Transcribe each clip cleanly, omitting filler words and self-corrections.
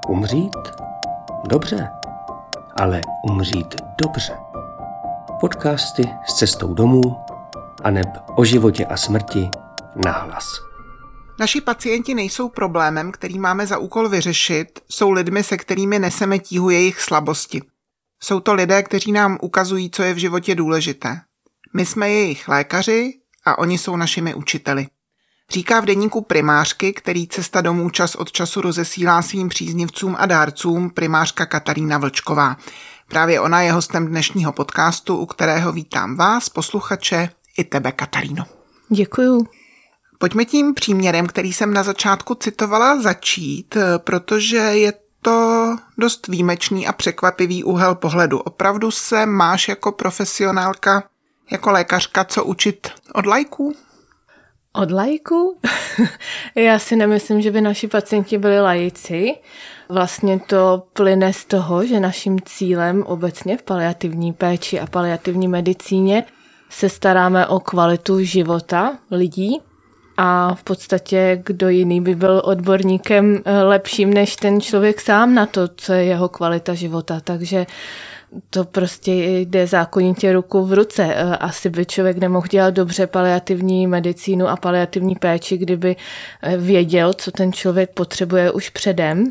Umřít? Dobře, ale umřít dobře. Podcasty s cestou domů aneb o životě a smrti nahlas. Naši pacienti nejsou problémem, který máme za úkol vyřešit, jsou lidmi, se kterými neseme tíhu jejich slabosti. Jsou to lidé, kteří nám ukazují, co je v životě důležité. My jsme jejich lékaři a oni jsou našimi učiteli. Říká v deníku primářky, který Cesta domů čas od času rozesílá svým příznivcům a dárcům, primářka Katarína Vlčková. Právě ona je hostem dnešního podcastu, u kterého vítám vás, posluchače, i tebe, Kataríno. Děkuju. Pojďme tím příměrem, který jsem na začátku citovala, začít, protože je to dost výjimečný a překvapivý úhel pohledu. Opravdu se máš jako profesionálka, jako lékařka, co učit od laiků? Od laiků? Já si nemyslím, že by naši pacienti byli laici. Vlastně to plyne z toho, že naším cílem obecně v paliativní péči a paliativní medicíně se staráme o kvalitu života lidí a v podstatě kdo jiný by byl odborníkem lepším než ten člověk sám na to, co je jeho kvalita života. Takže to prostě jde zákonitě ruku v ruce. Asi by člověk nemohl dělat dobře paliativní medicínu a paliativní péči, kdyby věděl, co ten člověk potřebuje už předem.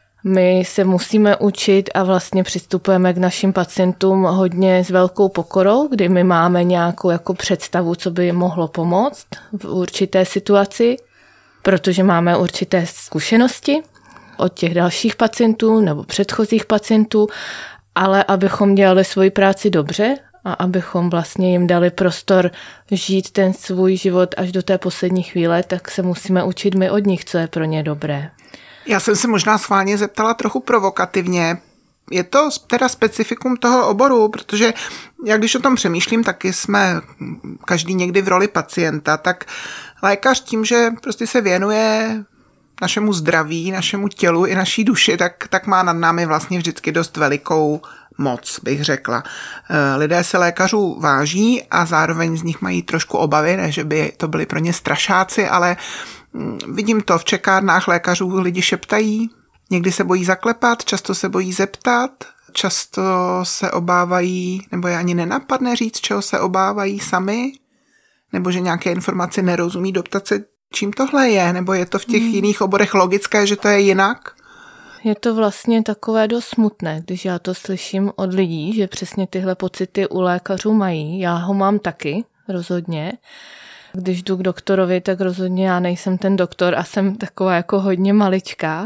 My se musíme učit a vlastně přistupujeme k našim pacientům hodně s velkou pokorou, kdy my máme nějakou jako představu, co by mohlo pomoct v určité situaci, protože máme určité zkušenosti od těch dalších pacientů nebo předchozích pacientů, ale abychom dělali svoji práci dobře a abychom vlastně jim dali prostor žít ten svůj život až do té poslední chvíle, tak se musíme učit my od nich, co je pro ně dobré. Já jsem se možná schválně zeptala trochu provokativně. Je to teda specifikum toho oboru, protože já když o tom přemýšlím, taky jsme každý někdy v roli pacienta, tak lékař tím, že prostě se věnuje našemu zdraví, našemu tělu i naší duši, tak má nad námi vlastně vždycky dost velikou moc, bych řekla. Lidé se lékařů váží a zároveň z nich mají trošku obavy, ne, že by to byli pro ně strašáci, ale vidím to v čekárnách lékařů, lidi šeptají, někdy se bojí zaklepat, často se bojí zeptat, často se obávají, nebo je ani nenapadne říct, čeho se obávají sami, nebo že nějaké informace nerozumí, doptat se, čím tohle je, nebo je to v těch jiných oborech logické, že to je jinak? Je to vlastně takové dost smutné, když já to slyším od lidí, že přesně tyhle pocity u lékařů mají. Já ho mám taky, rozhodně. Když jdu k doktorovi, tak rozhodně já nejsem ten doktor a jsem taková jako hodně maličká.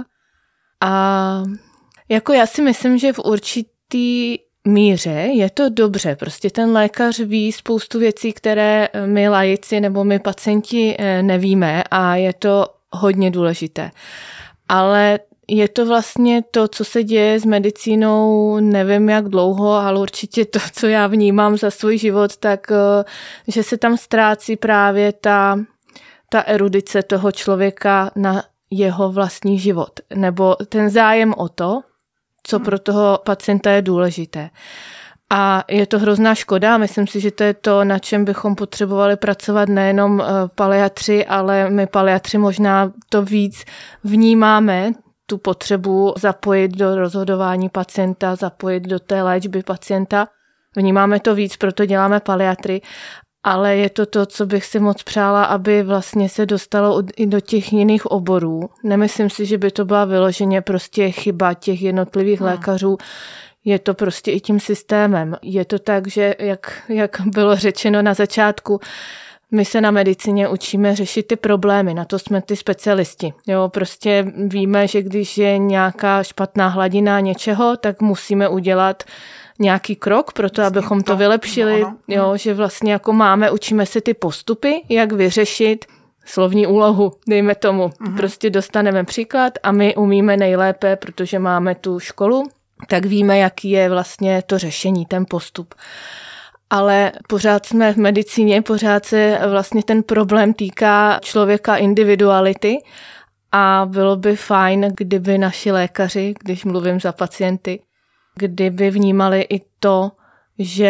A jako já si myslím, že v určitý míře je to dobře. Prostě ten lékař ví spoustu věcí, které my laici nebo my pacienti nevíme a je to hodně důležité. Ale je to vlastně to, co se děje s medicínou, nevím jak dlouho, ale určitě to, co já vnímám za svůj život, tak že se tam ztrácí právě ta erudice toho člověka na jeho vlastní život. Nebo ten zájem o to, co pro toho pacienta je důležité. A je to hrozná škoda. Myslím si, že to je to, na čem bychom potřebovali pracovat nejenom paliatři, ale my paliatři možná to víc vnímáme, tu potřebu zapojit do rozhodování pacienta, zapojit do té léčby pacienta. Vnímáme to víc, proto děláme paliatry, ale je to to, co bych si moc přála, aby vlastně se dostalo i do těch jiných oborů. Nemyslím si, že by to byla vyloženě prostě chyba těch jednotlivých lékařů. Je to prostě i tím systémem. Je to tak, že jak bylo řečeno na začátku, my se na medicíně učíme řešit ty problémy, na to jsme ty specialisti. Jo, prostě víme, že když je nějaká špatná hladina něčeho, tak musíme udělat nějaký krok pro to, abychom to vylepšili. Jo, že vlastně jako učíme si ty postupy, jak vyřešit slovní úlohu, dejme tomu. Prostě dostaneme příklad a my umíme nejlépe, protože máme tu školu, tak víme, jaký je vlastně to řešení, ten postup. Ale pořád jsme v medicíně, pořád se vlastně ten problém týká člověka individuality a bylo by fajn, kdyby naši lékaři, když mluvím za pacienty, kdyby vnímali i to, že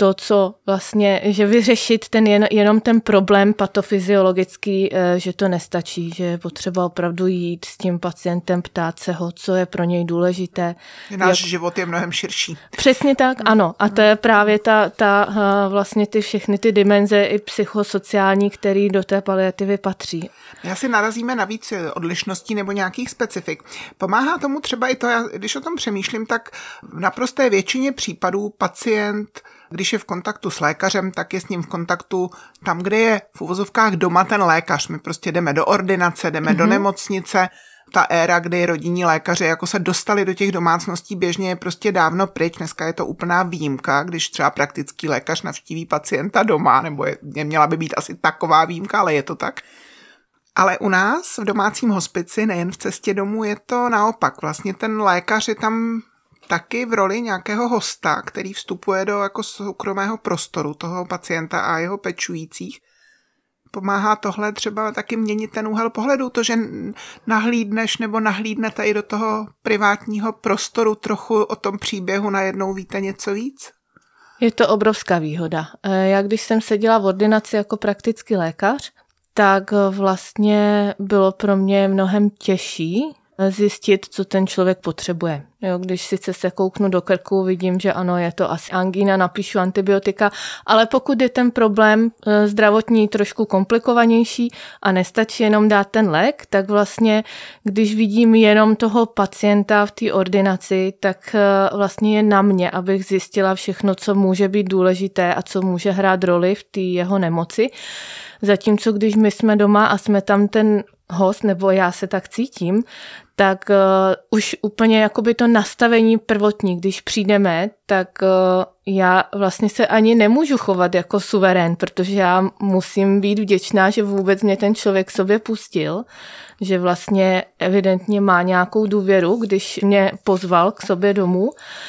to, co vlastně, že vyřešit jenom ten problém patofyziologický, že to nestačí, že je potřeba opravdu jít s tím pacientem, ptát se ho, co je pro něj důležité. Náš život je mnohem širší. Přesně tak, ano. A to je právě vlastně všechny ty dimenze i psychosociální, které do té paliativy patří. Já si narazíme na víc odlišností nebo nějakých specifik. Pomáhá tomu třeba i to, když o tom přemýšlím, tak v naprosté většině případů pacient, když je v kontaktu s lékařem, tak je s ním v kontaktu tam, kde je v uvozovkách doma ten lékař. My prostě jdeme do ordinace, jdeme do nemocnice. Ta éra, kdy rodinní lékaři jako se dostali do těch domácností běžně, je prostě dávno pryč. Dneska je to úplná výjimka, když třeba praktický lékař navštíví pacienta doma, nebo měla by být asi taková výjimka, ale je to tak. Ale u nás v domácím hospici, nejen v cestě domů, je to naopak. Vlastně ten lékař je tam taky v roli nějakého hosta, který vstupuje do jako soukromého prostoru toho pacienta a jeho pečujících. Pomáhá tohle třeba taky měnit ten úhel pohledu, to, že nahlídneš nebo nahlídnete i do toho privátního prostoru, trochu o tom příběhu najednou víte něco víc? Je to obrovská výhoda. Já když jsem seděla v ordinaci jako praktický lékař, tak vlastně bylo pro mě mnohem těžší zjistit, co ten člověk potřebuje. Jo, když sice se kouknu do krku, vidím, že ano, je to asi angína, napíšu antibiotika, ale pokud je ten problém zdravotní trošku komplikovanější a nestačí jenom dát ten lék, tak vlastně, když vidím jenom toho pacienta v té ordinaci, tak vlastně je na mě, abych zjistila všechno, co může být důležité a co může hrát roli v té jeho nemoci. Zatímco když my jsme doma a jsme tam ten host, nebo já se tak cítím, tak už úplně jakoby to nastavení prvotní, když přijdeme, tak já vlastně se ani nemůžu chovat jako suverén, protože já musím být vděčná, že vůbec mě ten člověk sobě pustil, že vlastně evidentně má nějakou důvěru, když mě pozval k sobě domů.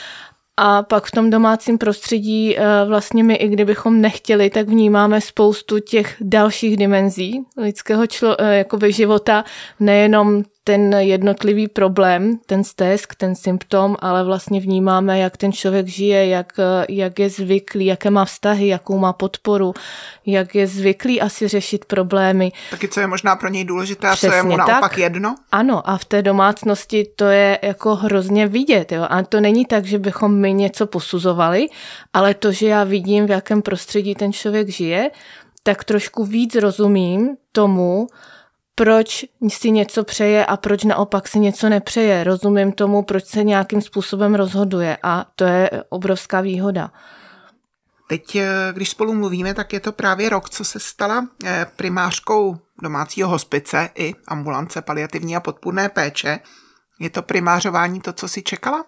A pak v tom domácím prostředí vlastně my, i kdybychom nechtěli, tak vnímáme spoustu těch dalších dimenzí lidského jakoby života, nejenom ten jednotlivý problém, ten stesk, ten symptom, ale vlastně vnímáme, jak ten člověk žije, jak je zvyklý, jaké má vztahy, jakou má podporu, jak je zvyklý asi řešit problémy. Taky co je možná pro něj důležité a co je mu naopak jedno? Ano, a v té domácnosti to je jako hrozně vidět. Jo? A to není tak, že bychom my něco posuzovali, ale to, že já vidím, v jakém prostředí ten člověk žije, tak trošku víc rozumím tomu, proč si něco přeje a proč naopak si něco nepřeje. Rozumím tomu, proč se nějakým způsobem rozhoduje a to je obrovská výhoda. Teď, když spolu mluvíme, tak je to právě rok, co se stala primářkou domácího hospice i ambulance paliativní a podpůrné péče. Je to primářování to, co si čekala?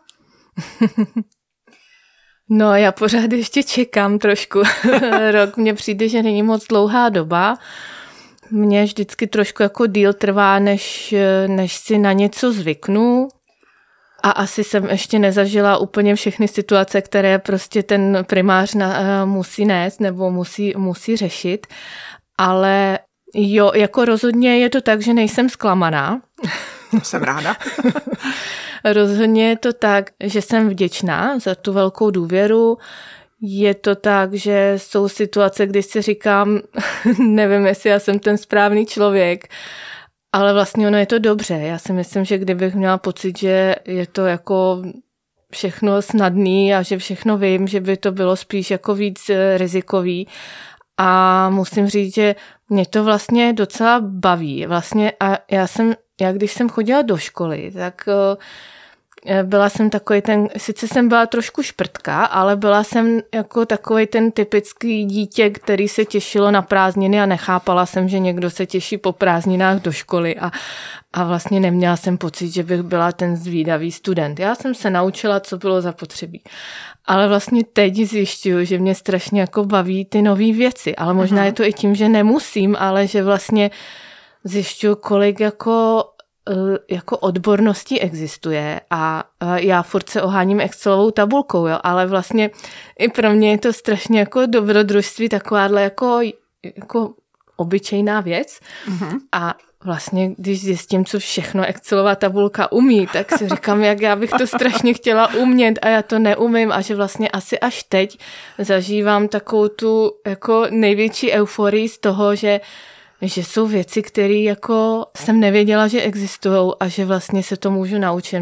No, já pořád ještě čekám trošku. Rok mně přijde, že není moc dlouhá doba. Mně vždycky trošku jako díl trvá, než si na něco zvyknu. A asi jsem ještě nezažila úplně všechny situace, které prostě ten primář musí nést nebo musí řešit. Ale jo, jako rozhodně je to tak, že nejsem zklamaná. Jsem ráda. Rozhodně je to tak, že jsem vděčná za tu velkou důvěru. Je to tak, že jsou situace, kdy si říkám, nevím, jestli já jsem ten správný člověk, ale vlastně ono je to dobře. Já si myslím, že kdybych měla pocit, že je to jako všechno snadný a že všechno vím, že by to bylo spíš jako víc rizikový. A musím říct, že mě to vlastně docela baví. Vlastně a já když jsem chodila do školy, tak byla jsem takový sice jsem byla trošku šprtka, ale byla jsem jako takový ten typický dítě, který se těšilo na prázdniny a nechápala jsem, že někdo se těší po prázdninách do školy a vlastně neměla jsem pocit, že bych byla ten zvídavý student. Já jsem se naučila, co bylo zapotřebí. Ale vlastně teď zjišťuju, že mě strašně jako baví ty nový věci, ale možná je to i tím, že nemusím, ale že vlastně zjišťuju, kolik jako odborností existuje a já furt se oháním Excelovou tabulkou, jo, ale vlastně i pro mě je to strašně jako dobrodružství, takováhle jako obyčejná věc a vlastně, když zjistím, co všechno Excelová tabulka umí, tak si říkám, jak já bych to strašně chtěla umět a já to neumím a že vlastně asi až teď zažívám takovou tu jako největší euforii z toho, že jsou věci, které jako jsem nevěděla, že existují a že vlastně se to můžu naučit.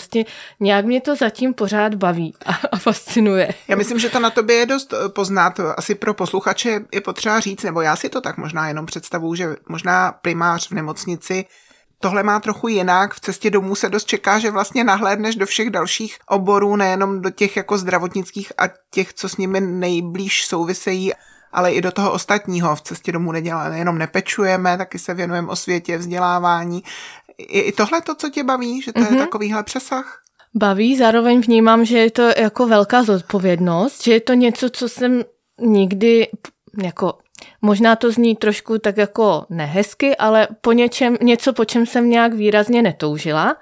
Mě to zatím pořád baví a fascinuje. Já myslím, že to na tobě je dost poznat. Asi pro posluchače je potřeba říct, nebo já si to tak možná jenom představuju, že možná primář v nemocnici tohle má trochu jinak. V cestě domů se dost čeká, že vlastně nahlédneš do všech dalších oborů, nejenom do těch jako zdravotnických a těch, co s nimi nejblíž souvisejí, ale i do toho ostatního. V cestě domů nejenom nepečujeme, taky se věnujeme osvětě, vzdělávání. I tohle to, co tě baví, že to je takovýhle přesah? Baví, zároveň vnímám, že je to jako velká zodpovědnost, že je to něco, co jsem nikdy jako možná to zní trošku tak jako nehezky, ale něco, po čem jsem nějak výrazně netoužila,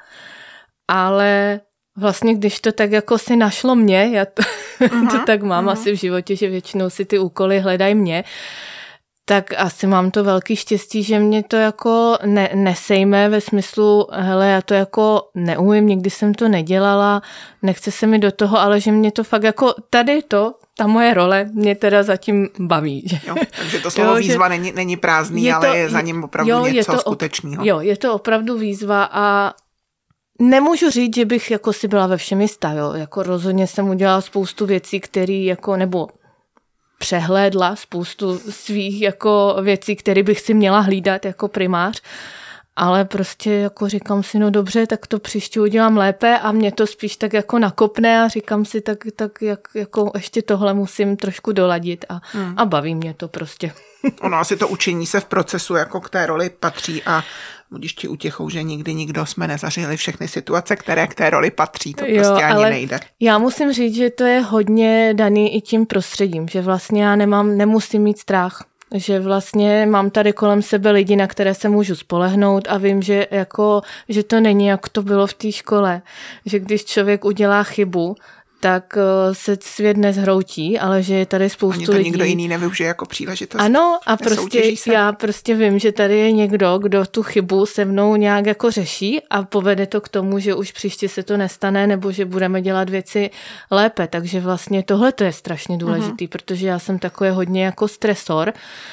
ale vlastně, když to tak jako si našlo mě, já to tak mám asi v životě, že většinou si ty úkoly hledají mě, tak asi mám to velký štěstí, že mě to jako nesejme ve smyslu, hele, já to jako neumím, nikdy jsem to nedělala, nechce se mi do toho, ale že mě to fakt jako ta moje role mě teda zatím baví. Jo, takže to slovo výzva není prázdný, ale je za ním opravdu něco skutečného. Jo, je to opravdu výzva a nemůžu říct, že bych jako si byla ve všem jistá, jo. Jako rozhodně jsem udělala spoustu věcí, které jako, nebo přehlédla spoustu svých jako věcí, které bych si měla hlídat jako primář, ale prostě jako říkám si, no dobře, tak to příště udělám lépe a mě to spíš tak jako nakopne a říkám si, tak jako ještě tohle musím trošku doladit a baví mě to prostě. Ono asi to učení se v procesu jako k té roli patří a budíš ti utěchou, že nikdo jsme nezažili všechny situace, které k té roli patří, to prostě ani nejde. Já musím říct, že to je hodně daný i tím prostředím, že vlastně já nemusím mít strach, že vlastně mám tady kolem sebe lidi, na které se můžu spolehnout a vím, že to není, jak to bylo v té škole, že když člověk udělá chybu, tak se svět nezhroutí, ale že je tady spoustu lidí. Ani to nikdo jiný nevyužije jako příležitost. Ano, a prostě já prostě vím, že tady je někdo, kdo tu chybu se mnou nějak jako řeší a povede to k tomu, že už příště se to nestane, nebo že budeme dělat věci lépe. Takže vlastně tohle to je strašně důležitý, protože já jsem takový hodně jako stresor,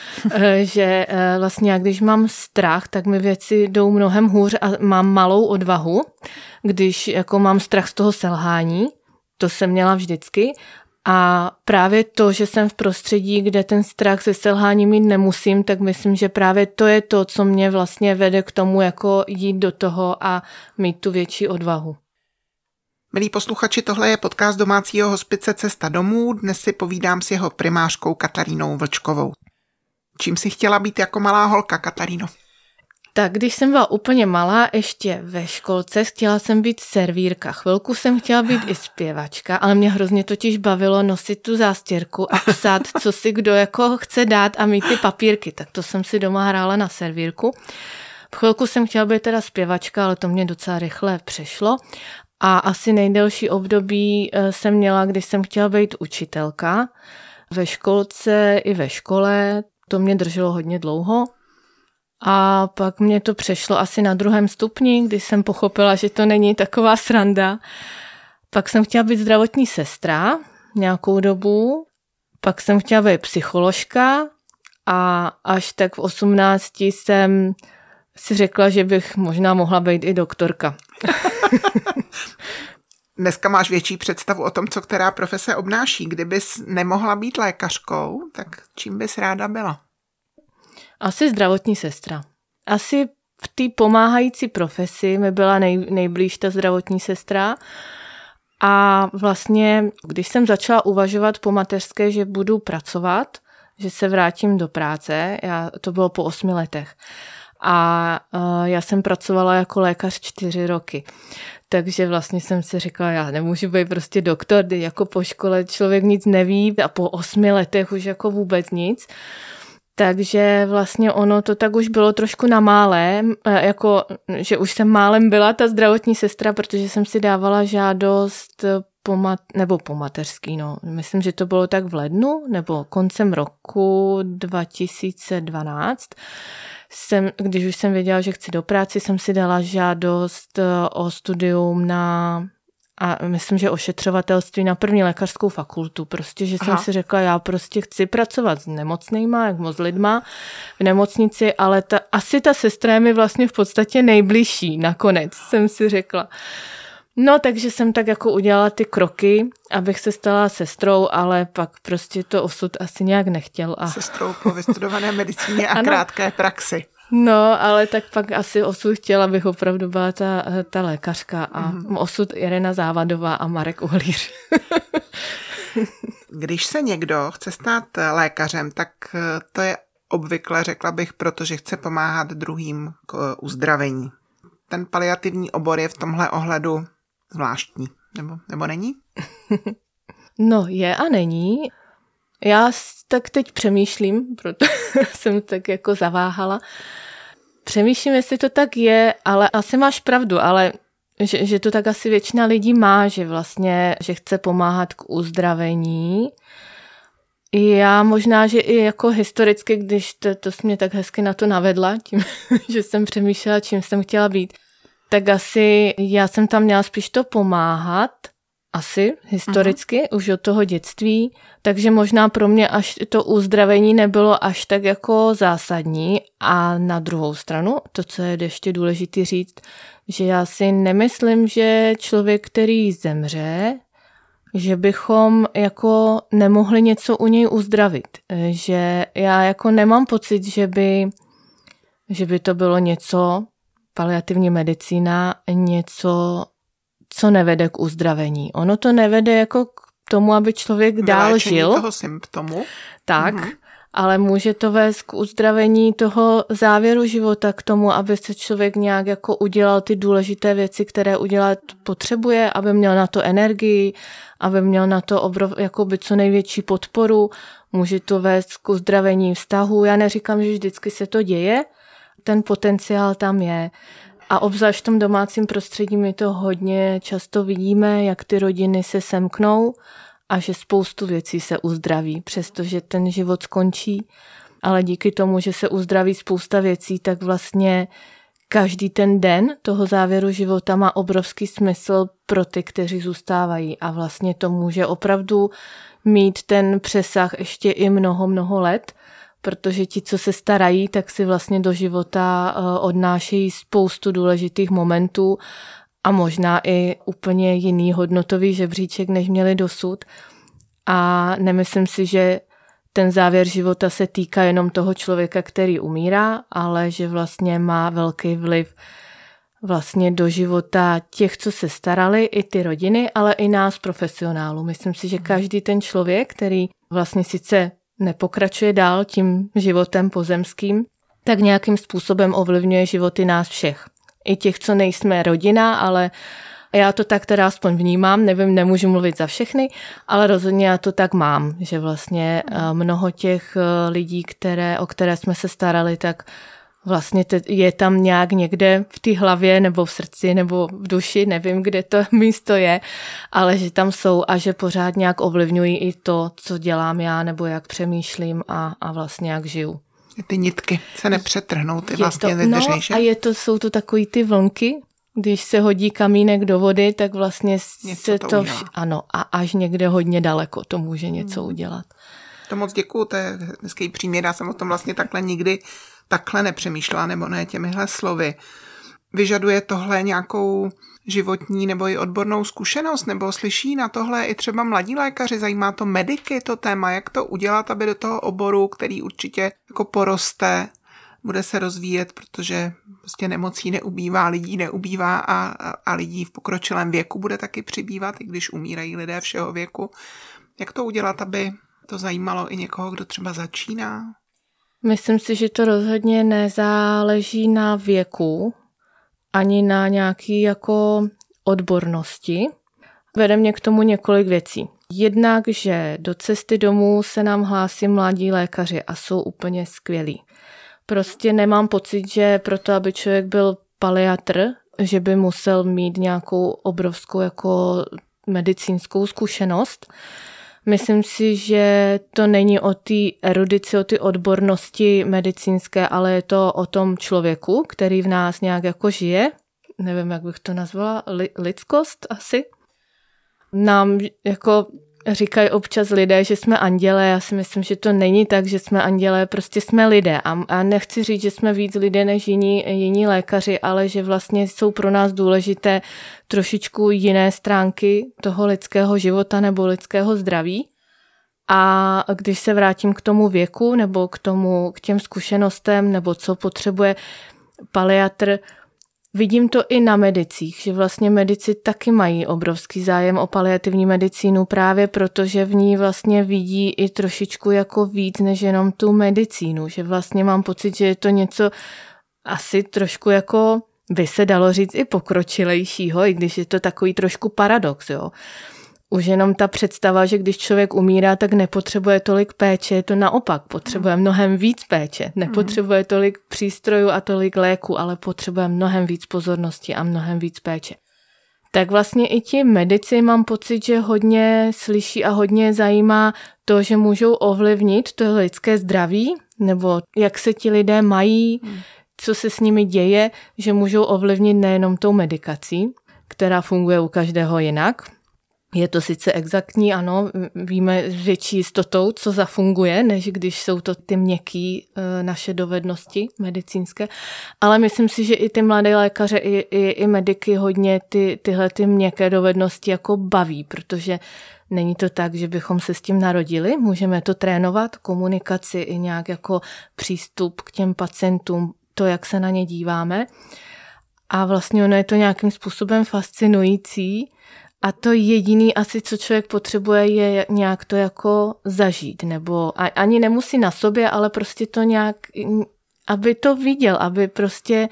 že vlastně já, když mám strach, tak mi věci jdou mnohem hůř a mám malou odvahu, když jako mám strach z toho selhání. To jsem měla vždycky a právě to, že jsem v prostředí, kde ten strach ze selhání mít nemusím, tak myslím, že právě to je to, co mě vlastně vede k tomu jako jít do toho a mít tu větší odvahu. Milí posluchači, tohle je podcast domácího hospice Cesta domů. Dnes si povídám s jeho primářkou Katarínou Vlčkovou. Čím jsi chtěla být jako malá holka, Kataríno? Tak když jsem byla úplně malá, ještě ve školce, chtěla jsem být servírka. Chvilku jsem chtěla být i zpěvačka, ale mě hrozně totiž bavilo nosit tu zástěrku a psát, co si kdo jako chce dát a mít ty papírky. Tak to jsem si doma hrála na servírku. Chvilku jsem chtěla být teda zpěvačka, ale to mě docela rychle přešlo. A asi nejdelší období jsem měla, když jsem chtěla být učitelka. Ve školce i ve škole, to mě drželo hodně dlouho. A pak mě to přešlo asi na 2. stupni, když jsem pochopila, že to není taková sranda. Pak jsem chtěla být zdravotní sestra nějakou dobu, pak jsem chtěla být psycholožka a až tak v 18 jsem si řekla, že bych možná mohla být i doktorka. Dneska máš větší představu o tom, co která profese obnáší. Kdybys nemohla být lékařkou, tak čím bys ráda byla? Asi zdravotní sestra. Asi v té pomáhající profesi mi byla nejblíž ta zdravotní sestra. A vlastně, když jsem začala uvažovat po mateřské, že budu pracovat, že se vrátím do práce, to bylo po 8 letech. A já jsem pracovala jako lékař 4 roky. Takže vlastně jsem si říkala, já nemůžu být prostě doktor, kdy jako po škole člověk nic neví a po 8 letech už jako vůbec nic. Takže vlastně ono to tak už bylo trošku na málem, jako že už jsem málem byla ta zdravotní sestra, protože jsem si dávala žádost po mateřský, no. Myslím, že to bylo tak v lednu nebo koncem roku 2012. Když už jsem věděla, že chci do práce, jsem si dala žádost o studium a myslím, že ošetřovatelství na první lékařskou fakultu. Prostě, že jsem si řekla, já prostě chci pracovat s nemocnýma, jak moc lidma v nemocnici, ale asi ta sestra je mi vlastně v podstatě nejbližší nakonec, jsem si řekla. No, takže jsem tak jako udělala ty kroky, abych se stala sestrou, ale pak prostě to osud asi nějak nechtěl. Sestrou po vystudované medicíně a krátké praxi. No, ale tak pak asi osud chtěl, abych opravdu byla ta lékařka a osud Irena Závadová a Marek Uhlíř. Když se někdo chce stát lékařem, tak to je obvykle, řekla bych, protože chce pomáhat druhým k uzdravení. Ten paliativní obor je v tomhle ohledu zvláštní, nebo není? No, je a není. Já tak teď přemýšlím, proto jsem tak jako zaváhala. Přemýšlím, jestli to tak je, ale asi máš pravdu, ale že to tak asi většina lidí má, že vlastně, že chce pomáhat k uzdravení. Já možná, že i jako historicky, když to jsi mě tak hezky na to navedla, tím, že jsem přemýšlela, čím jsem chtěla být, tak asi já jsem tam měla spíš to pomáhat, asi historicky, už od toho dětství, takže možná pro mě až to uzdravení nebylo až tak jako zásadní. A na druhou stranu, to, co je ještě důležité říct, že já si nemyslím, že člověk, který zemře, že bychom jako nemohli něco u něj uzdravit. Že já jako nemám pocit, že by to bylo něco, paliativní medicína, něco, co nevede k uzdravení. Ono to nevede jako k tomu, aby člověk dál žil. Toho symptomu. Tak, ale může to vést k uzdravení toho závěru života, k tomu, aby se člověk nějak jako udělal ty důležité věci, které udělat potřebuje, aby měl na to energii, aby měl na to jakoby co největší podporu. Může to vést k uzdravení vztahu. Já neříkám, že vždycky se to děje, ten potenciál tam je. A obzvlášť v tom domácím prostředí my to hodně často vidíme, jak ty rodiny se semknou a že spoustu věcí se uzdraví, přestože ten život skončí. Ale díky tomu, že se uzdraví spousta věcí, tak vlastně každý ten den toho závěru života má obrovský smysl pro ty, kteří zůstávají. A vlastně to může opravdu mít ten přesah ještě i mnoho let, protože ti, co se starají, tak si vlastně do života odnášejí spoustu důležitých momentů a možná i úplně jiný hodnotový žebříček, než měli dosud. A nemyslím si, že ten závěr života se týká jenom toho člověka, který umírá, ale že vlastně má velký vliv vlastně do života těch, co se starali, i ty rodiny, ale i nás profesionálů. Myslím si, že každý ten člověk, který vlastně sice nepokračuje dál tím životem pozemským, tak nějakým způsobem ovlivňuje životy nás všech. I těch, co nejsme rodina, ale já to tak teda aspoň vnímám, nevím, nemůžu mluvit za všechny, ale rozhodně já to tak mám, že vlastně mnoho těch lidí, o které jsme se starali, tak vlastně je tam nějak někde v té hlavě nebo v srdci nebo v duši, nevím, kde to místo je, ale že tam jsou a že pořád nějak ovlivňují i to, co dělám já nebo jak přemýšlím a vlastně jak žiju. Ty nitky se nepřetrhnou, ty vlastně vydržej, že? A jsou to takový ty vlnky, když se hodí kamínek do vody, tak vlastně se to ano, a až někde hodně daleko to může něco udělat. To moc děkuju, to je hezký příměr, já jsem o tom vlastně takhle nikdy takhle nepřemýšlela, nebo ne těmihle slovy. Vyžaduje tohle nějakou životní nebo i odbornou zkušenost, nebo slyší na tohle i třeba mladí lékaři, zajímá to mediky, to téma, jak to udělat, aby do toho oboru, který určitě jako poroste, bude se rozvíjet, protože prostě nemocí neubývá, lidí neubývá a lidí v pokročilém věku bude taky přibývat, i když umírají lidé všeho věku. Jak to udělat, aby to zajímalo i někoho, kdo třeba začíná? Myslím si, že to rozhodně nezáleží na věku, ani na nějaký jako odbornosti. Vede mě k tomu několik věcí. Jednak, že do cesty domů se nám hlásí mladí lékaři a jsou úplně skvělí. Prostě nemám pocit, že proto, aby člověk byl paliatr, že by musel mít nějakou obrovskou jako medicínskou zkušenost. Myslím si, že to není o té erudici, o té odbornosti medicínské, ale je to o tom člověku, který v nás nějak jako žije. Nevím, jak bych to nazvala, lidskost asi. Nám jako říkají občas lidé, že jsme andělé. Já si myslím, že to není tak, že jsme andělé, prostě jsme lidé. A nechci říct, že jsme víc lidé než jiní lékaři, ale že vlastně jsou pro nás důležité trošičku jiné stránky toho lidského života nebo lidského zdraví. A když se vrátím k tomu věku nebo k těm zkušenostem nebo co potřebuje paliatr, vidím to i na medicích, že vlastně medici taky mají obrovský zájem o paliativní medicínu právě proto, že v ní vlastně vidí i trošičku jako víc než jenom tu medicínu, že vlastně mám pocit, že je to něco asi trošku jako by se dalo říct i pokročilejšího, i když je to takový trošku paradox, jo. Už jenom ta představa, že když člověk umírá, tak nepotřebuje tolik péče, je to naopak, potřebuje mnohem víc péče, nepotřebuje tolik přístrojů a tolik léku, ale potřebuje mnohem víc pozornosti a mnohem víc péče. Tak vlastně i ti medici mám pocit, že hodně slyší a hodně zajímá to, že můžou ovlivnit to lidské zdraví, nebo jak se ti lidé mají, co se s nimi děje, že můžou ovlivnit nejenom tou medikací, která funguje u každého jinak. Je to sice exaktní, ano, víme s větší jistotou, co zafunguje, než když jsou to ty měkký naše dovednosti medicínské, ale myslím si, že i ty mladé lékaře, i mediky hodně tyhle ty měkké dovednosti jako baví, protože není to tak, že bychom se s tím narodili, můžeme to trénovat, komunikaci i nějak jako přístup k těm pacientům, to, jak se na ně díváme. A vlastně ono je to nějakým způsobem fascinující. A to jediný asi, co člověk potřebuje, je nějak to jako zažít, nebo ani nemusí na sobě, ale prostě to nějak, aby to viděl, aby prostě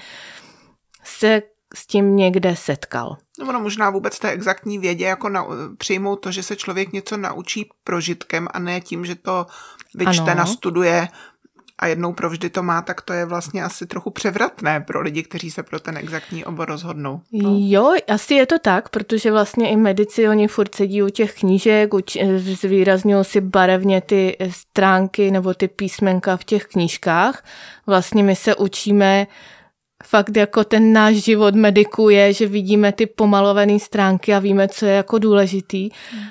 se s tím někde setkal. No ono možná vůbec té exaktní vědě jako přijmout to, že se člověk něco naučí prožitkem a ne tím, že to vyčte, nastuduje a jednou provždy to má, tak to je vlastně asi trochu převratné pro lidi, kteří se pro ten exaktní obor rozhodnou. No. Jo, asi je to tak, protože vlastně i medici, oni furt sedí u těch knížek, zvýrazňují si barevně ty stránky nebo ty písmenka v těch knížkách. Vlastně my se učíme, fakt jako ten náš život mediků je, že vidíme ty pomalované stránky a víme, co je jako důležitý,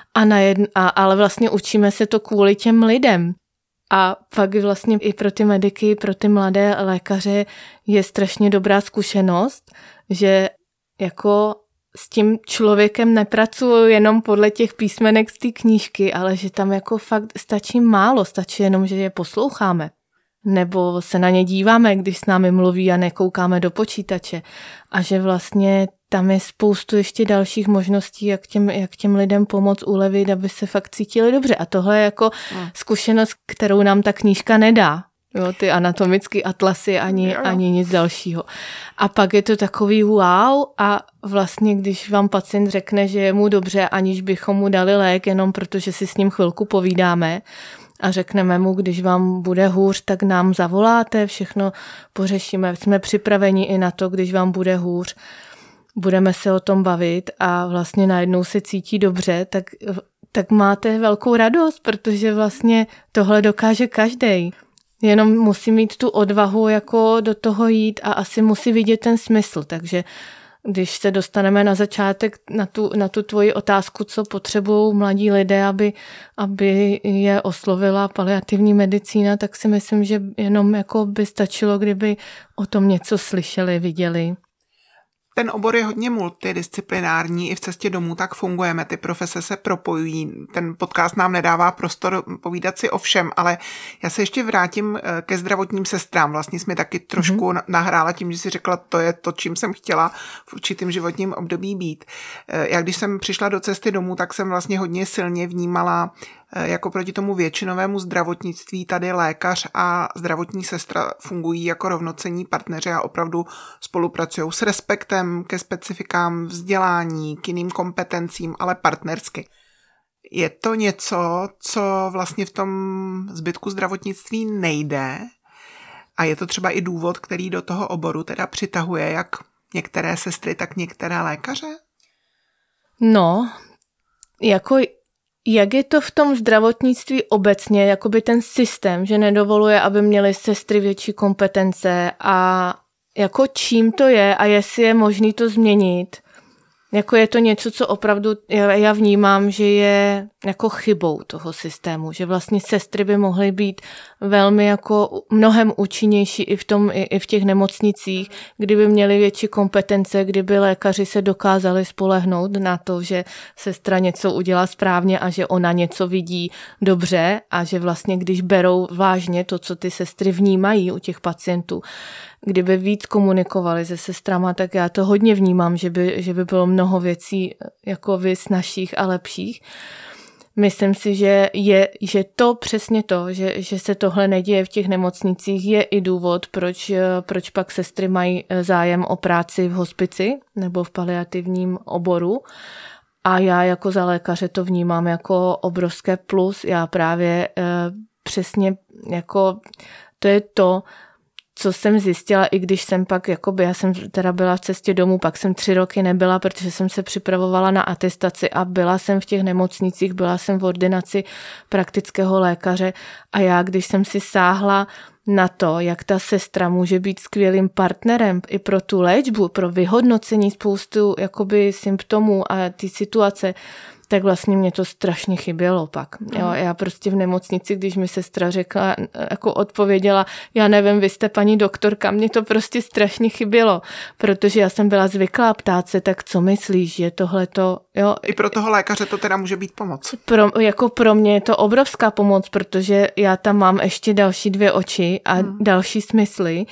ale vlastně učíme se to kvůli těm lidem. A pak vlastně i pro ty mediky, pro ty mladé lékaře je strašně dobrá zkušenost, že jako s tím člověkem nepracuju jenom podle těch písmenek z té knížky, ale že tam jako fakt stačí málo, stačí jenom, že je posloucháme. Nebo se na ně díváme, když s námi mluví a nekoukáme do počítače. A že vlastně tam je spoustu ještě dalších možností, jak těm lidem pomoct ulevit, aby se fakt cítili dobře. A tohle je jako zkušenost, kterou nám ta knížka nedá. Jo, ty anatomické atlasy ani nic dalšího. A pak je to takový wow a vlastně, když vám pacient řekne, že je mu dobře, aniž bychom mu dali lék, jenom protože si s ním chvilku povídáme, a řekneme mu, když vám bude hůř, tak nám zavoláte, všechno pořešíme, jsme připraveni i na to, když vám bude hůř, budeme se o tom bavit a vlastně najednou se cítí dobře, tak máte velkou radost, protože vlastně tohle dokáže každej. Jenom musí mít tu odvahu jako do toho jít a asi musí vidět ten smysl, takže když se dostaneme na začátek na tu tvoji otázku, co potřebují mladí lidé, aby je oslovila paliativní medicína, tak si myslím, že jenom jako by stačilo, kdyby o tom něco slyšeli, viděli. Ten obor je hodně multidisciplinární, i v cestě domů tak fungujeme, ty profese se propojují. Ten podcast nám nedává prostor povídat si o všem, ale já se ještě vrátím ke zdravotním sestrám. Vlastně jsi mi taky trošku nahrála tím, že jsi řekla, to je to, čím jsem chtěla v určitým životním období být. Já když jsem přišla do cesty domů, tak jsem vlastně hodně silně vnímala jako proti tomu většinovému zdravotnictví tady lékař a zdravotní sestra fungují jako rovnocenní partneři a opravdu spolupracují s respektem ke specifikám vzdělání, k jiným kompetencím, ale partnersky. Je to něco, co vlastně v tom zbytku zdravotnictví nejde a je to třeba i důvod, který do toho oboru teda přitahuje jak některé sestry, tak některé lékaře? No, jako jak je to v tom zdravotnictví obecně, jakoby ten systém, že nedovoluje, aby měly sestry větší kompetence a jako čím to je a jestli je možný to změnit. Jako je to něco, co opravdu já vnímám, že je jako chybou toho systému, že vlastně sestry by mohly být velmi jako mnohem účinnější i v těch nemocnicích, kdyby měli větší kompetence, kdyby lékaři se dokázali spolehnout na to, že sestra něco udělá správně a že ona něco vidí dobře a že vlastně když berou vážně to, co ty sestry vnímají u těch pacientů, kdyby víc komunikovali se sestrama, tak já to hodně vnímám, že by bylo mnoho věcí jako snazších a lepších. Myslím si, že to přesně to, že se tohle neděje v těch nemocnicích, je i důvod, proč pak sestry mají zájem o práci v hospici nebo v paliativním oboru. A já jako za lékaře to vnímám jako obrovské plus. Já právě přesně jako to je to, co jsem zjistila, i když jsem pak, jakoby, já jsem teda byla v cestě domů, pak jsem 3 roky nebyla, protože jsem se připravovala na atestaci a byla jsem v těch nemocnicích, byla jsem v ordinaci praktického lékaře a já, když jsem si sáhla na to, jak ta sestra může být skvělým partnerem i pro tu léčbu, pro vyhodnocení spoustu jakoby symptomů a ty situace, tak vlastně mě to strašně chybělo pak. Jo, já prostě v nemocnici, když mi sestra řekla, jako odpověděla, já nevím, vy jste paní doktorka, mě to prostě strašně chybělo, protože já jsem byla zvyklá ptát se, tak co myslíš, je tohleto, jo. I pro toho lékaře to teda může být pomoc. Pro mě je to obrovská pomoc, protože já tam mám ještě další 2 oči a další smysly.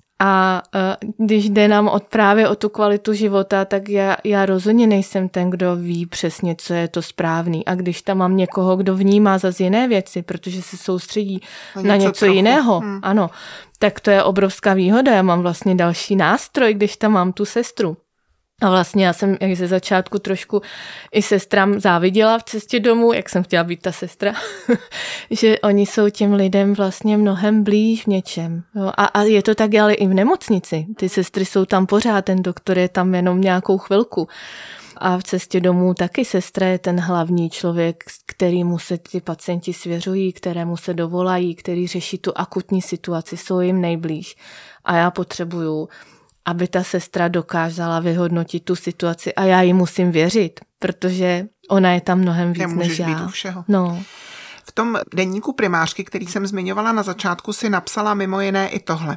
A když jde nám právě o tu kvalitu života, tak já rozhodně nejsem ten, kdo ví přesně, co je to správný. A když tam mám někoho, kdo vnímá zase jiné věci, protože se soustředí na něco jiného, ano, tak to je obrovská výhoda. Já mám vlastně další nástroj, když tam mám tu sestru. A vlastně já jsem jak ze začátku trošku i sestrám záviděla v cestě domů, jak jsem chtěla být ta sestra, že oni jsou těm lidem vlastně mnohem blíž v něčem. Jo? A je to tak ale i v nemocnici. Ty sestry jsou tam pořád, ten doktor je tam jenom nějakou chvilku. A v cestě domů taky sestra je ten hlavní člověk, kterýmu se ty pacienti svěřují, kterému se dovolají, který řeší tu akutní situaci, jsou jim nejblíž. A já potřebuju, aby ta sestra dokázala vyhodnotit tu situaci a já jí musím věřit, protože ona je tam mnohem víc než já. Být u všeho. No. V tom deníku primářky, který jsem zmiňovala na začátku, si napsala mimo jiné i tohle.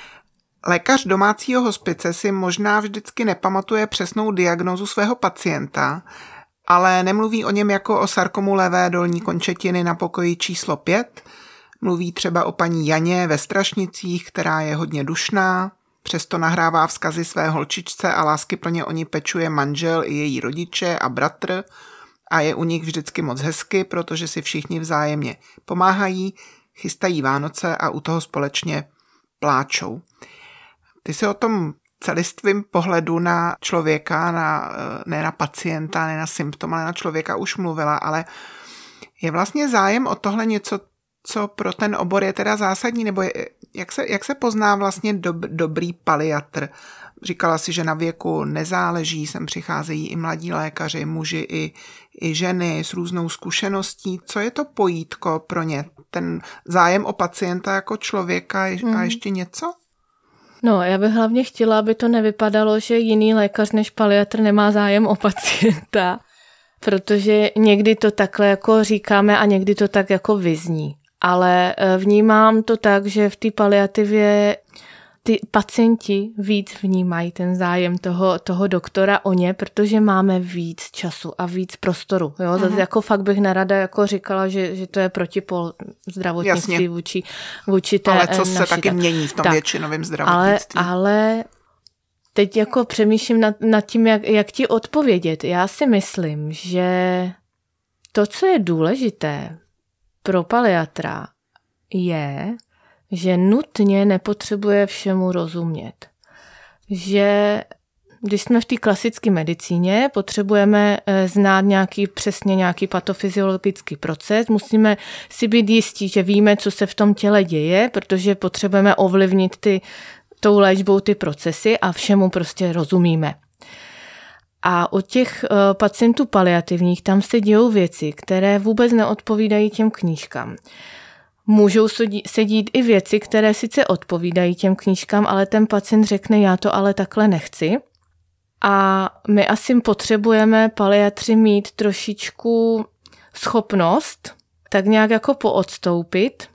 Lékař domácího hospice si možná vždycky nepamatuje přesnou diagnózu svého pacienta, ale nemluví o něm jako o sarkomu levé dolní končetiny na pokoji číslo 5. Mluví třeba o paní Janě ve Strašnicích, která je hodně dušná, přesto nahrává vzkazy své holčičce a láskyplně o ní pečuje manžel i její rodiče a bratr a je u nich vždycky moc hezky, protože si všichni vzájemně pomáhají, chystají Vánoce a u toho společně pláčou. Ty si o tom celistvým pohledu na člověka, ne na pacienta, ne na symptom, ale na člověka už mluvila, ale je vlastně zájem o tohle něco, co pro ten obor je teda zásadní, nebo jak se pozná vlastně dobrý paliatr? Říkala si, že na věku nezáleží, sem přicházejí i mladí lékaři, muži i ženy s různou zkušeností. Co je to pojítko pro ně? Ten zájem o pacienta jako člověka a ještě něco? No, já bych hlavně chtěla, aby to nevypadalo, že jiný lékař než paliatr nemá zájem o pacienta, protože někdy to takhle jako říkáme a někdy to tak jako vyzní. Ale vnímám to tak, že v té paliativě ty pacienti víc vnímají ten zájem toho doktora o ně, protože máme víc času a víc prostoru. Jo? Zase jako fakt bych nerada jako říkala, že to je protipol zdravotnictví vůči té ale co naší, se taky mění v tom většinovém zdravotnictví. Ale teď jako přemýšlím nad tím, jak ti odpovědět. Já si myslím, že to, co je důležité pro paliatra, je, že nutně nepotřebuje všemu rozumět. Že když jsme v té klasické medicíně, potřebujeme znát přesně nějaký patofyziologický proces, musíme si být jistí, že víme, co se v tom těle děje, protože potřebujeme ovlivnit tou léčbou ty procesy a všemu prostě rozumíme. A u těch pacientů paliativních tam se dějou věci, které vůbec neodpovídají těm knížkám. Můžou se dít i věci, které sice odpovídají těm knížkám, ale ten pacient řekne, já to ale takhle nechci. A my asi potřebujeme paliatři mít trošičku schopnost tak nějak jako poodstoupit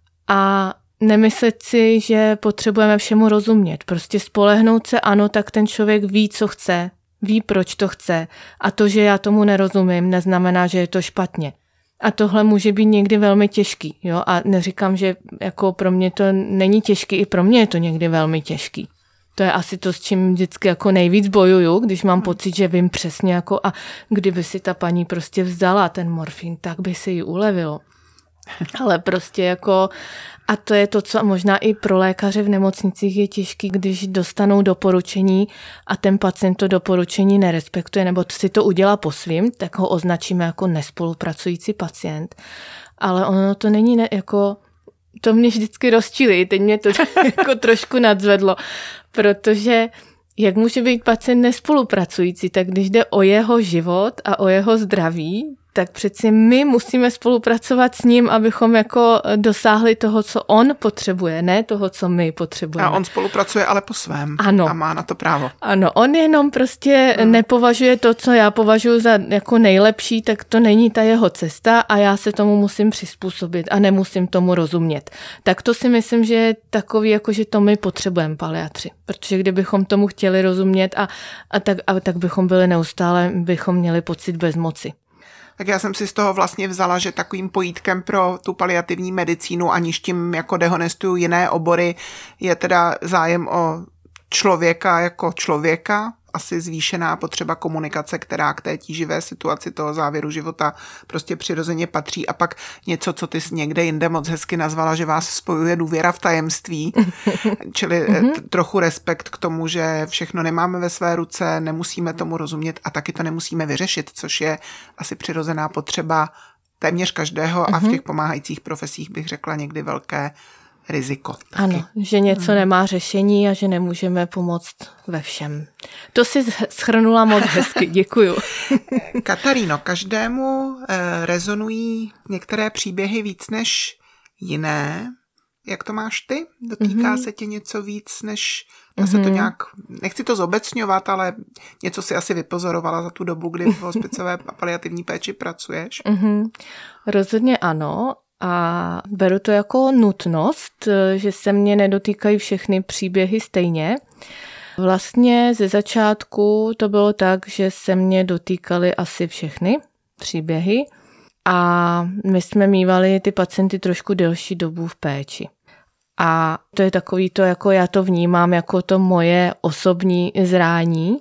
a nemyslet si, že potřebujeme všemu rozumět. Prostě spolehnout se, ano, tak ten člověk ví, co chce, ví, proč to chce. A to, že já tomu nerozumím, neznamená, že je to špatně. A tohle může být někdy velmi těžký. Jo? A neříkám, že jako pro mě to není těžký, i pro mě je to někdy velmi těžký. To je asi to, s čím vždycky jako nejvíc bojuju, když mám pocit, že vím přesně jako a kdyby si ta paní prostě vzdala ten morfín, tak by se jí ulevilo. Ale prostě jako, a to je to, co možná i pro lékaře v nemocnicích je těžký, když dostanou doporučení a ten pacient to doporučení nerespektuje, nebo si to udělá po svým, tak ho označíme jako nespolupracující pacient. Ale ono to není jako, to mě vždycky rozčilí, teď mě to jako trošku nadzvedlo, protože jak může být pacient nespolupracující, tak když jde o jeho život a o jeho zdraví, tak přeci my musíme spolupracovat s ním, abychom jako dosáhli toho, co on potřebuje, ne toho, co my potřebujeme. A on spolupracuje ale po svém. Ano. A má na to právo. Ano, on jenom prostě nepovažuje to, co já považuji za jako nejlepší, tak to není ta jeho cesta a já se tomu musím přizpůsobit a nemusím tomu rozumět. Tak to si myslím, že je takový, jako že to my potřebujeme paliatři. Protože kdybychom tomu chtěli rozumět tak bychom byli neustále, bychom měli pocit bezmoci. Tak já jsem si z toho vlastně vzala, že takovým pojítkem pro tu paliativní medicínu, aniž tím jako dehonestuju jiné obory, je teda zájem o člověka jako člověka, asi zvýšená potřeba komunikace, která k té tíživé situaci toho závěru života prostě přirozeně patří a pak něco, co ty jsi někde jinde moc hezky nazvala, že vás spojuje důvěra v tajemství, čili trochu respekt k tomu, že všechno nemáme ve své ruce, nemusíme tomu rozumět a taky to nemusíme vyřešit, což je asi přirozená potřeba téměř každého a v těch pomáhajících profesích bych řekla někdy velké riziko. Taky. Ano, že něco nemá řešení a že nemůžeme pomoct ve všem. To si shrnula moc hezky, děkuju. Kataríno, každému rezonují některé příběhy víc než jiné. Jak to máš ty? Dotýká se tě něco víc než se to nějak, nechci to zobecňovat, ale něco si asi vypozorovala za tu dobu, kdy v hospicové paliativní péči pracuješ? Rozhodně ano. A beru to jako nutnost, že se mě nedotýkají všechny příběhy stejně. Vlastně ze začátku to bylo tak, že se mě dotýkaly asi všechny příběhy a my jsme mívali ty pacienty trošku delší dobu v péči. A to je takový to, jako já to vnímám jako to moje osobní zrání,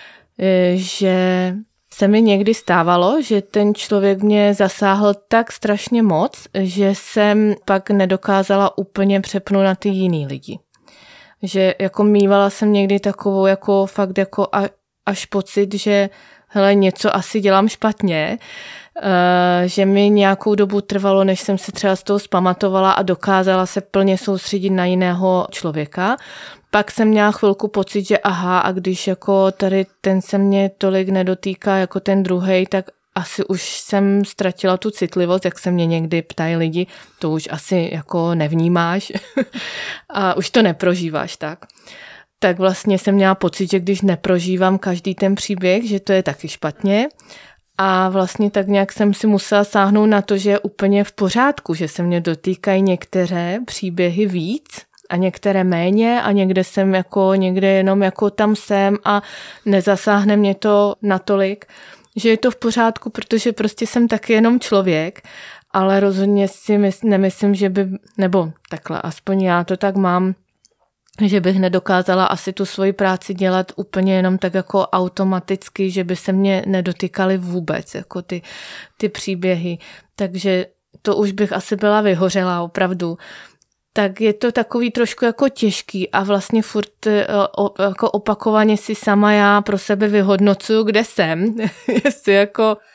že se mi někdy stávalo, že ten člověk mě zasáhl tak strašně moc, že jsem pak nedokázala úplně přepnout na ty jiný lidi. Že jako mívala jsem někdy takovou jako fakt jako až pocit, že hele, něco asi dělám špatně, že mi nějakou dobu trvalo, než jsem se třeba z toho zpamatovala a dokázala se plně soustředit na jiného člověka. Pak jsem měla chvilku pocit, že aha, a když jako tady ten se mě tolik nedotýká jako ten druhej, tak asi už jsem ztratila tu citlivost, jak se mě někdy ptají lidi, to už asi jako nevnímáš a už to neprožíváš tak. Tak vlastně jsem měla pocit, že když neprožívám každý ten příběh, že to je taky špatně. A vlastně tak nějak jsem si musela sáhnout na to, že je úplně v pořádku, že se mě dotýkají některé příběhy víc a některé méně a někde jsem jako, někde jenom jako tam jsem a nezasáhne mě to natolik, že je to v pořádku, protože prostě jsem taky jenom člověk, ale rozhodně si nemyslím, že by, nebo takhle, aspoň já to tak mám, že bych nedokázala asi tu svoji práci dělat úplně jenom tak jako automaticky, že by se mě nedotýkaly vůbec, jako ty příběhy. Takže to už bych asi byla vyhořela opravdu. Tak je to takový trošku jako těžký a vlastně furt jako opakovaně si sama já pro sebe vyhodnocuju, kde jsem. Jestli jako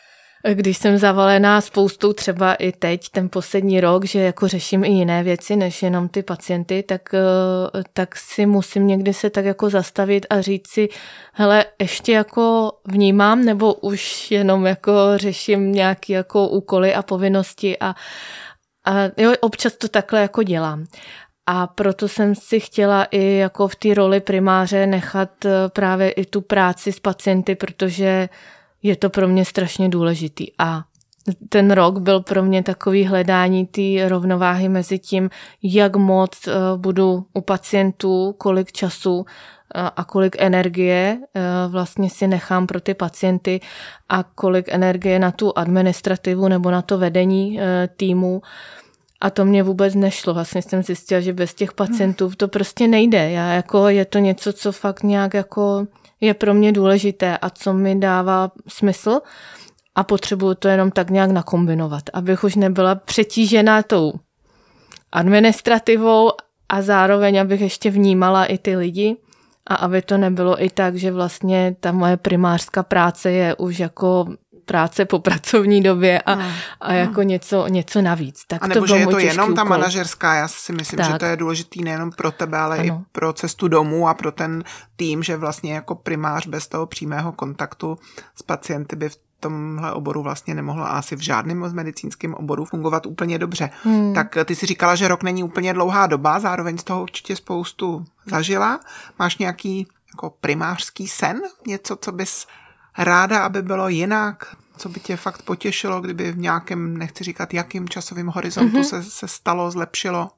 když jsem zavalená spoustou, třeba i teď, ten poslední rok, že jako řeším i jiné věci, než jenom ty pacienty, tak si musím někdy se tak jako zastavit a říct si, hele, ještě jako vnímám, nebo už jenom jako řeším nějaké jako úkoly a povinnosti a jo, občas to takhle jako dělám. A proto jsem si chtěla i jako v té roli primáře nechat právě i tu práci s pacienty, protože je to pro mě strašně důležitý. A ten rok byl pro mě takový hledání té rovnováhy mezi tím, jak moc budu u pacientů, kolik času a kolik energie vlastně si nechám pro ty pacienty a kolik energie na tu administrativu nebo na to vedení týmu. A to mě vůbec nešlo. Vlastně jsem zjistila, že bez těch pacientů to prostě nejde. Je to něco, co fakt nějak jako je pro mě důležité a co mi dává smysl a potřebuju to jenom tak nějak nakombinovat, abych už nebyla přetížená tou administrativou a zároveň abych ještě vnímala i ty lidi a aby to nebylo i tak, že vlastně ta moje primářská práce je už jako práce po pracovní době a jako něco navíc. Tak a nebo to že je to jenom úkol. Ta manažerská, já si myslím, že to je důležitý nejenom pro tebe, ale i pro cestu domů a pro ten tým, že vlastně jako primář bez toho přímého kontaktu s pacienty by v tomhle oboru vlastně nemohla asi v žádném z medicínském oboru fungovat úplně dobře. Tak ty si říkala, že rok není úplně dlouhá doba, zároveň z toho určitě spoustu zažila. Máš nějaký jako primářský sen? Něco, co bys ráda, aby bylo jinak? Co by tě fakt potěšilo, kdyby v nějakém, nechci říkat, jakým časovým horizontu se stalo, zlepšilo?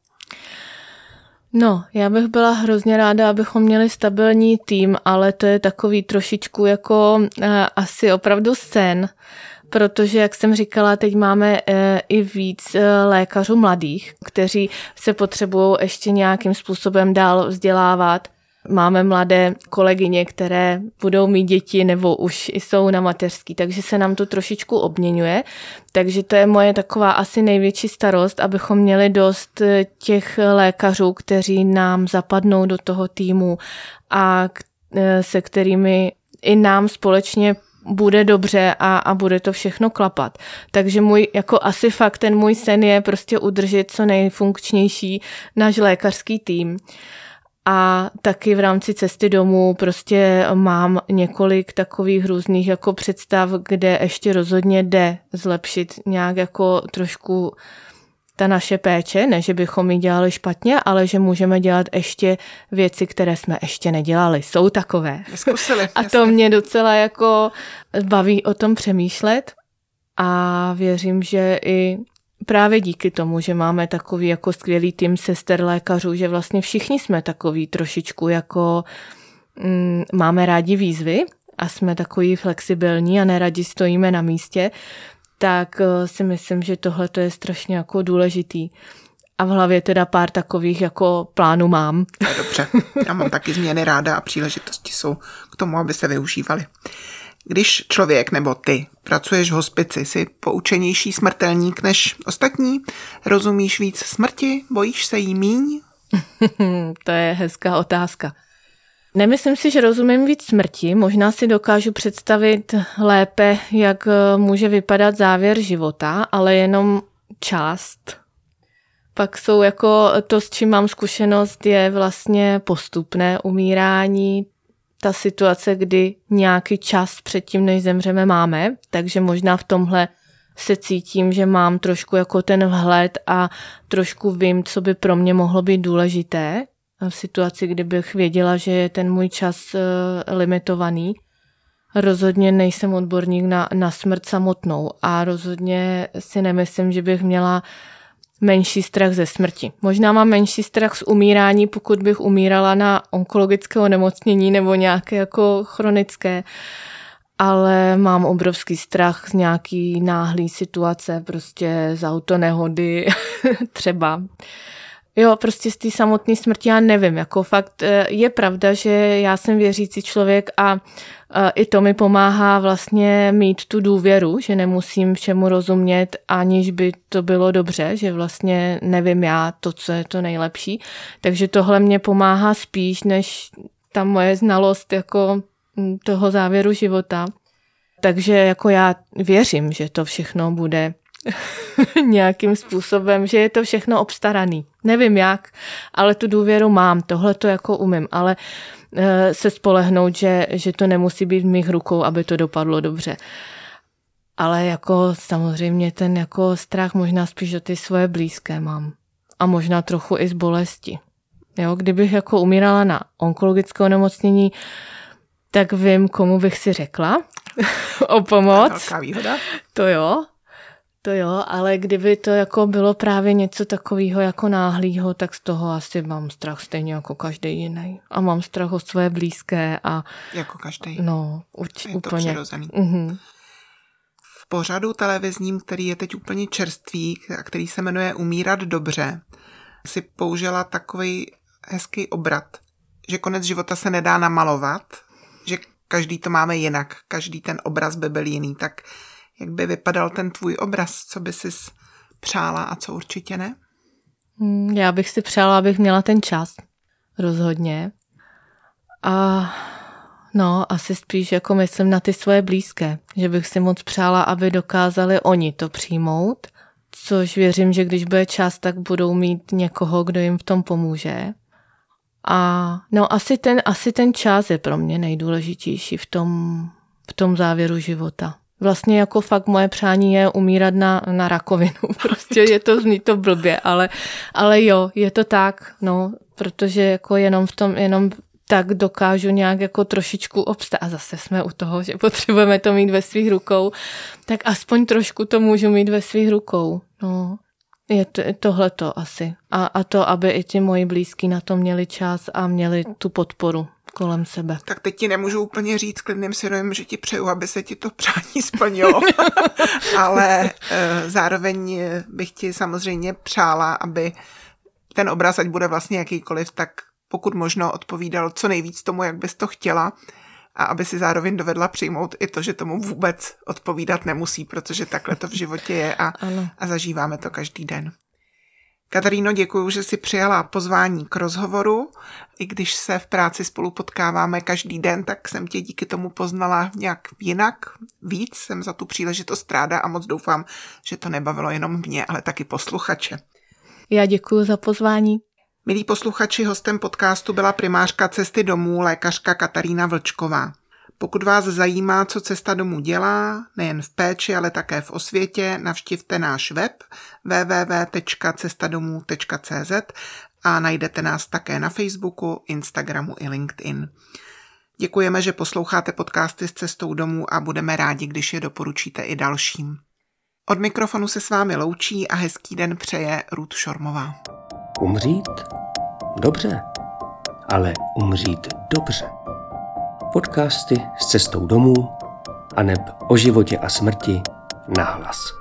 No, já bych byla hrozně ráda, abychom měli stabilní tým, ale to je takový trošičku jako asi opravdu sen, protože, jak jsem říkala, teď máme i víc lékařů mladých, kteří se potřebují ještě nějakým způsobem dál vzdělávat. Máme mladé kolegyně, které budou mít děti nebo už jsou na mateřský, takže se nám to trošičku obměňuje. Takže to je moje taková asi největší starost, abychom měli dost těch lékařů, kteří nám zapadnou do toho týmu a se kterými i nám společně bude dobře a bude to všechno klapat. Takže asi fakt ten můj sen je prostě udržet co nejfunkčnější náš lékařský tým. A taky v rámci cesty domů prostě mám několik takových různých jako představ, kde ještě rozhodně jde zlepšit nějak jako trošku ta naše péče, ne, že bychom ji dělali špatně, ale že můžeme dělat ještě věci, které jsme ještě nedělali. Jsou takové. Zkusili. A to mě docela jako baví o tom přemýšlet a věřím, že i právě díky tomu, že máme takový jako skvělý tým sester lékařů, že vlastně všichni jsme takový trošičku jako máme rádi výzvy a jsme takový flexibilní a neradi stojíme na místě, tak si myslím, že tohle to je strašně jako důležitý. A v hlavě teda pár takových jako plánů mám. Dobře, já mám taky změny ráda a příležitosti jsou k tomu, aby se využívaly. Když člověk nebo ty pracuješ v hospici, jsi poučenější smrtelník než ostatní? Rozumíš víc smrti? Bojíš se jí míň? To je hezká otázka. Nemyslím si, že rozumím víc smrti. Možná si dokážu představit lépe, jak může vypadat závěr života, ale jenom část. Pak jsou jako to, s čím mám zkušenost, je vlastně postupné umírání, ta situace, kdy nějaký čas předtím, než zemřeme, máme, takže možná v tomhle se cítím, že mám trošku jako ten vhled a trošku vím, co by pro mě mohlo být důležité v situaci, kdybych věděla, že je ten můj čas limitovaný. Rozhodně nejsem odborník na smrt samotnou a rozhodně si nemyslím, že bych měla menší strach ze smrti. Možná mám menší strach z umírání, pokud bych umírala na onkologické onemocnění nebo nějaké jako chronické, ale mám obrovský strach z nějaký náhlý situace, prostě z autonehody třeba. Jo, prostě z té samotné smrti já nevím, jako fakt je pravda, že já jsem věřící člověk a i to mi pomáhá vlastně mít tu důvěru, že nemusím všemu rozumět, aniž by to bylo dobře, že vlastně nevím já to, co je to nejlepší. Takže tohle mě pomáhá spíš, než ta moje znalost jako toho závěru života. Takže jako já věřím, že to všechno bude nějakým způsobem, že je to všechno obstaraný. Nevím jak, ale tu důvěru mám, tohle to jako umím, ale se spolehnout, že to nemusí být v mých rukou, aby to dopadlo dobře. Ale jako samozřejmě ten jako strach možná spíš o ty svoje blízké mám. A možná trochu i z bolesti. Jo, kdybych jako umírala na onkologické onemocnění, tak vím, komu bych si řekla o pomoc. To je velká výhoda. To jo, ale kdyby to jako bylo právě něco takového jako náhlého, tak z toho asi mám strach stejně jako každý jiný. A mám strach o své blízké a... Jako každý. No, je úplně. To přirozený. Mm-hmm. V pořadu televizním, který je teď úplně čerstvý a který se jmenuje Umírat dobře, si použila takový hezký obrat, že konec života se nedá namalovat, že každý to máme jinak, každý ten obraz by byl jiný, tak jak by vypadal ten tvůj obraz, co by sis přála a co určitě ne? Já bych si přála, abych měla ten čas, rozhodně. A no, asi spíš jako myslím na ty svoje blízké, že bych si moc přála, aby dokázali oni to přijmout, což věřím, že když bude čas, tak budou mít někoho, kdo jim v tom pomůže. A no, asi ten čas je pro mě nejdůležitější v tom závěru života. Vlastně jako fakt moje přání je umírat na rakovinu. Prostě zní to blbě, ale jo, je to tak, no, protože jako jenom tak dokážu nějak jako trošičku obstát. A zase jsme u toho, že potřebujeme to mít ve svých rukou, tak aspoň trošku to můžu mít ve svých rukou, no. Je tohleto asi. A to, aby i ti moji blízký na to měli čas a měli tu podporu kolem sebe. Tak teď ti nemůžu úplně říct klidným svědomím, že ti přeju, aby se ti to přání splnilo. Ale zároveň bych ti samozřejmě přála, aby ten obraz, ať bude vlastně jakýkoliv, tak pokud možno odpovídal co nejvíc tomu, jak bys to chtěla, a aby si zároveň dovedla přijmout i to, že tomu vůbec odpovídat nemusí, protože takhle to v životě je a zažíváme to každý den. Kataríno, děkuju, že jsi přijala pozvání k rozhovoru. I když se v práci spolu potkáváme každý den, tak jsem tě díky tomu poznala nějak jinak. Víc jsem za tu příležitost ráda a moc doufám, že to nebavilo jenom mě, ale taky posluchače. Já děkuju za pozvání. Milí posluchači, hostem podcastu byla primářka Cesty domů, lékařka Katarína Vlčková. Pokud vás zajímá, co Cesta domů dělá, nejen v péči, ale také v osvětě, navštivte náš web www.cestadomů.cz a najdete nás také na Facebooku, Instagramu i LinkedIn. Děkujeme, že posloucháte podcasty s Cestou domů a budeme rádi, když je doporučíte i dalším. Od mikrofonu se s vámi loučí a hezký den přeje Ruth Šormová. Umřít? Dobře, ale umřít dobře. Podcasty s Cestou domů aneb o životě a smrti nahlas.